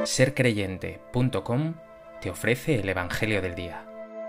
Sercreyente.com te ofrece el Evangelio del Día.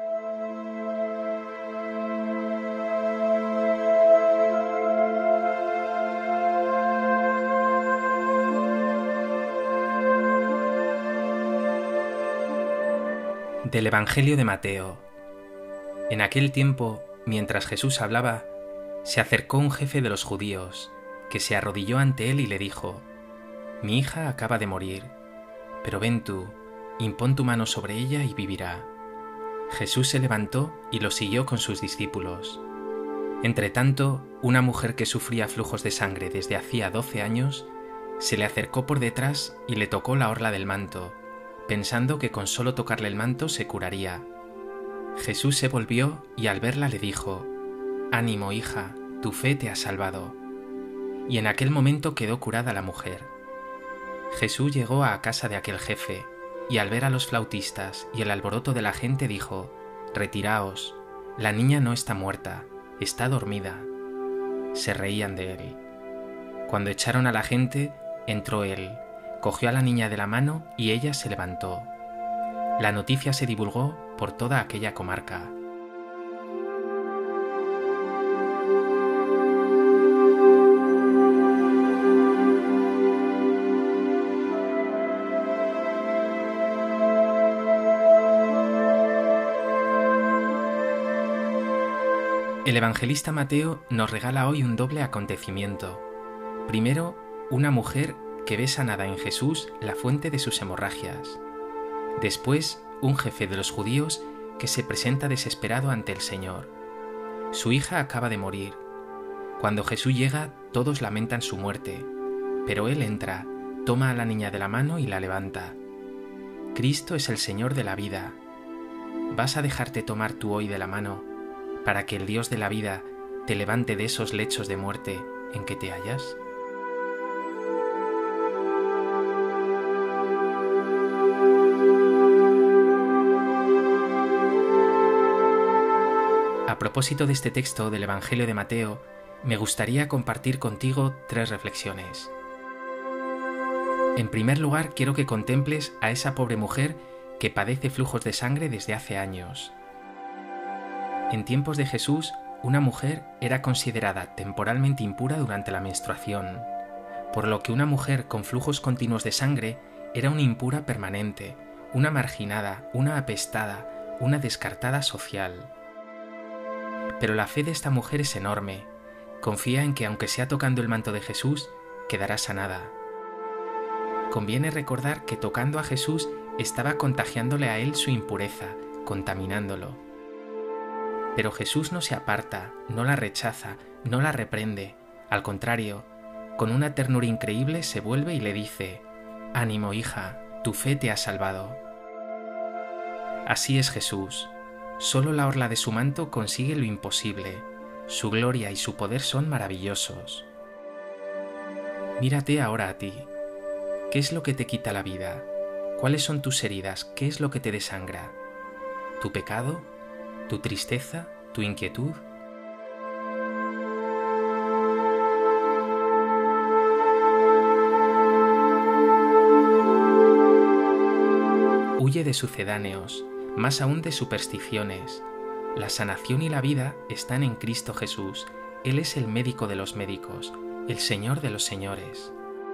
Del Evangelio de Mateo. En aquel tiempo, mientras Jesús hablaba, se acercó un jefe de los judíos, que se arrodilló ante él y le dijo: «Mi hija acaba de morir, pero ven tú, impón tu mano sobre ella y vivirá». Jesús se levantó y lo siguió con sus discípulos. Entretanto, una mujer que sufría flujos de sangre desde hacía 12 años, se le acercó por detrás y le tocó la orla del manto, pensando que con solo tocarle el manto se curaría. Jesús se volvió y al verla le dijo: «Ánimo, hija, tu fe te ha salvado». Y en aquel momento quedó curada la mujer. Jesús llegó a casa de aquel jefe, y al ver a los flautistas y el alboroto de la gente dijo: «Retiraos, la niña no está muerta, está dormida». Se reían de él. Cuando echaron a la gente, entró él, cogió a la niña de la mano y ella se levantó. La noticia se divulgó por toda aquella comarca. El evangelista Mateo nos regala hoy un doble acontecimiento. Primero, una mujer que ve sanada en Jesús la fuente de sus hemorragias. Después, un jefe de los judíos que se presenta desesperado ante el Señor. Su hija acaba de morir. Cuando Jesús llega, todos lamentan su muerte, pero él entra, toma a la niña de la mano y la levanta. Cristo es el Señor de la vida. ¿Vas a dejarte tomar tú hoy de la mano para que el Dios de la vida te levante de esos lechos de muerte en que te hallas? A propósito de este texto del Evangelio de Mateo, me gustaría compartir contigo 3 reflexiones. En primer lugar, quiero que contemples a esa pobre mujer que padece flujos de sangre desde hace años. En tiempos de Jesús, una mujer era considerada temporalmente impura durante la menstruación, por lo que una mujer con flujos continuos de sangre era una impura permanente, una marginada, una apestada, una descartada social. Pero la fe de esta mujer es enorme. Confía en que aunque sea tocando el manto de Jesús, quedará sanada. Conviene recordar que tocando a Jesús estaba contagiándole a él su impureza, contaminándolo. Pero Jesús no se aparta, no la rechaza, no la reprende. Al contrario, con una ternura increíble se vuelve y le dice: «Ánimo, hija, tu fe te ha salvado». Así es Jesús. Solo la orla de su manto consigue lo imposible. Su gloria y su poder son maravillosos. Mírate ahora a ti. ¿Qué es lo que te quita la vida? ¿Cuáles son tus heridas? ¿Qué es lo que te desangra? ¿Tu pecado? ¿Tu tristeza? ¿Tu inquietud? Huye de sucedáneos, más aún de supersticiones. La sanación y la vida están en Cristo Jesús. Él es el médico de los médicos, el Señor de los señores.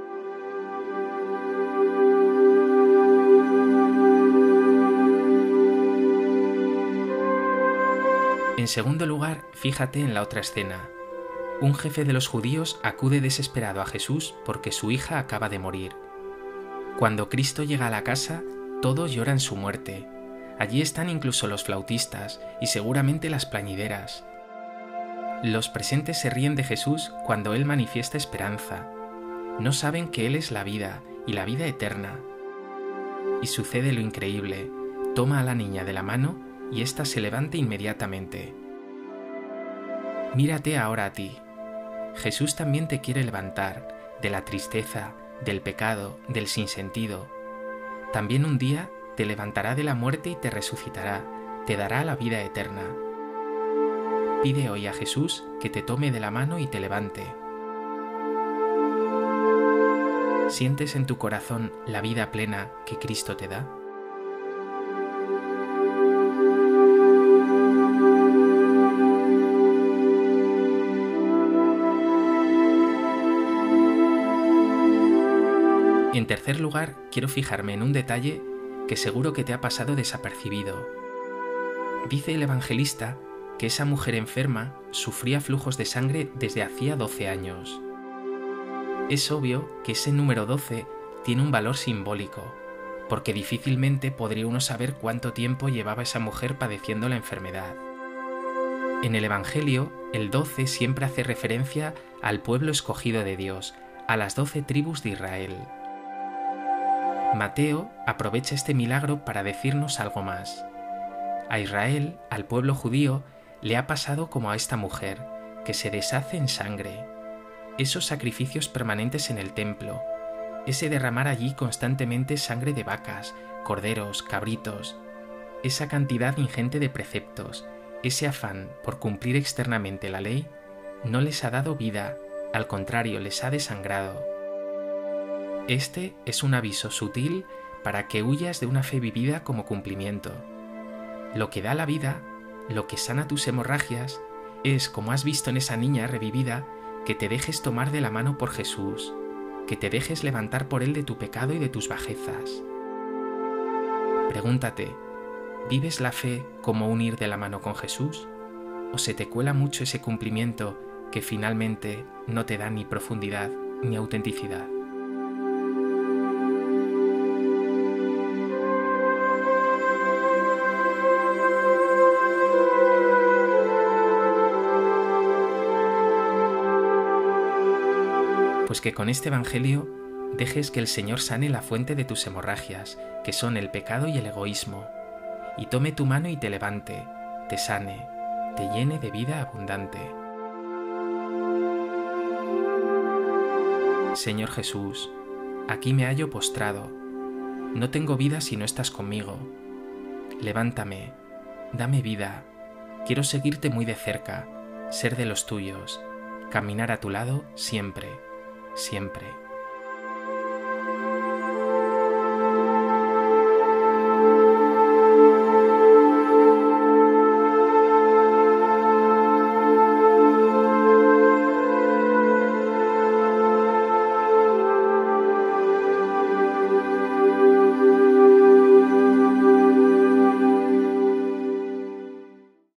En segundo lugar, fíjate en la otra escena. Un jefe de los judíos acude desesperado a Jesús porque su hija acaba de morir. Cuando Cristo llega a la casa, todos lloran su muerte. Allí están incluso los flautistas y seguramente las plañideras. Los presentes se ríen de Jesús cuando Él manifiesta esperanza. No saben que Él es la vida y la vida eterna. Y sucede lo increíble: toma a la niña de la mano y ésta se levanta inmediatamente. Mírate ahora a ti. Jesús también te quiere levantar de la tristeza, del pecado, del sinsentido. También un día te levantará de la muerte y te resucitará, te dará la vida eterna. Pide hoy a Jesús que te tome de la mano y te levante. ¿Sientes en tu corazón la vida plena que Cristo te da? En tercer lugar, quiero fijarme en un detalle que seguro que te ha pasado desapercibido. Dice el evangelista que esa mujer enferma sufría flujos de sangre desde hacía 12 años. Es obvio que ese número 12 tiene un valor simbólico, porque difícilmente podría uno saber cuánto tiempo llevaba esa mujer padeciendo la enfermedad. En el Evangelio, el 12 siempre hace referencia al pueblo escogido de Dios, a las 12 tribus de Israel. Mateo aprovecha este milagro para decirnos algo más. A Israel, al pueblo judío, le ha pasado como a esta mujer, que se deshace en sangre. Esos sacrificios permanentes en el templo, ese derramar allí constantemente sangre de vacas, corderos, cabritos, esa cantidad ingente de preceptos, ese afán por cumplir externamente la ley, no les ha dado vida, al contrario, les ha desangrado. Este es un aviso sutil para que huyas de una fe vivida como cumplimiento. Lo que da la vida, lo que sana tus hemorragias, es, como has visto en esa niña revivida, que te dejes tomar de la mano por Jesús, que te dejes levantar por Él de tu pecado y de tus bajezas. Pregúntate, ¿vives la fe como un ir de la mano con Jesús? ¿O se te cuela mucho ese cumplimiento que finalmente no te da ni profundidad ni autenticidad? Pues que con este Evangelio dejes que el Señor sane la fuente de tus hemorragias, que son el pecado y el egoísmo, y tome tu mano y te levante, te sane, te llene de vida abundante. Señor Jesús, aquí me hallo postrado, no tengo vida si no estás conmigo. Levántame, dame vida, quiero seguirte muy de cerca, ser de los tuyos, caminar a tu lado siempre. Siempre.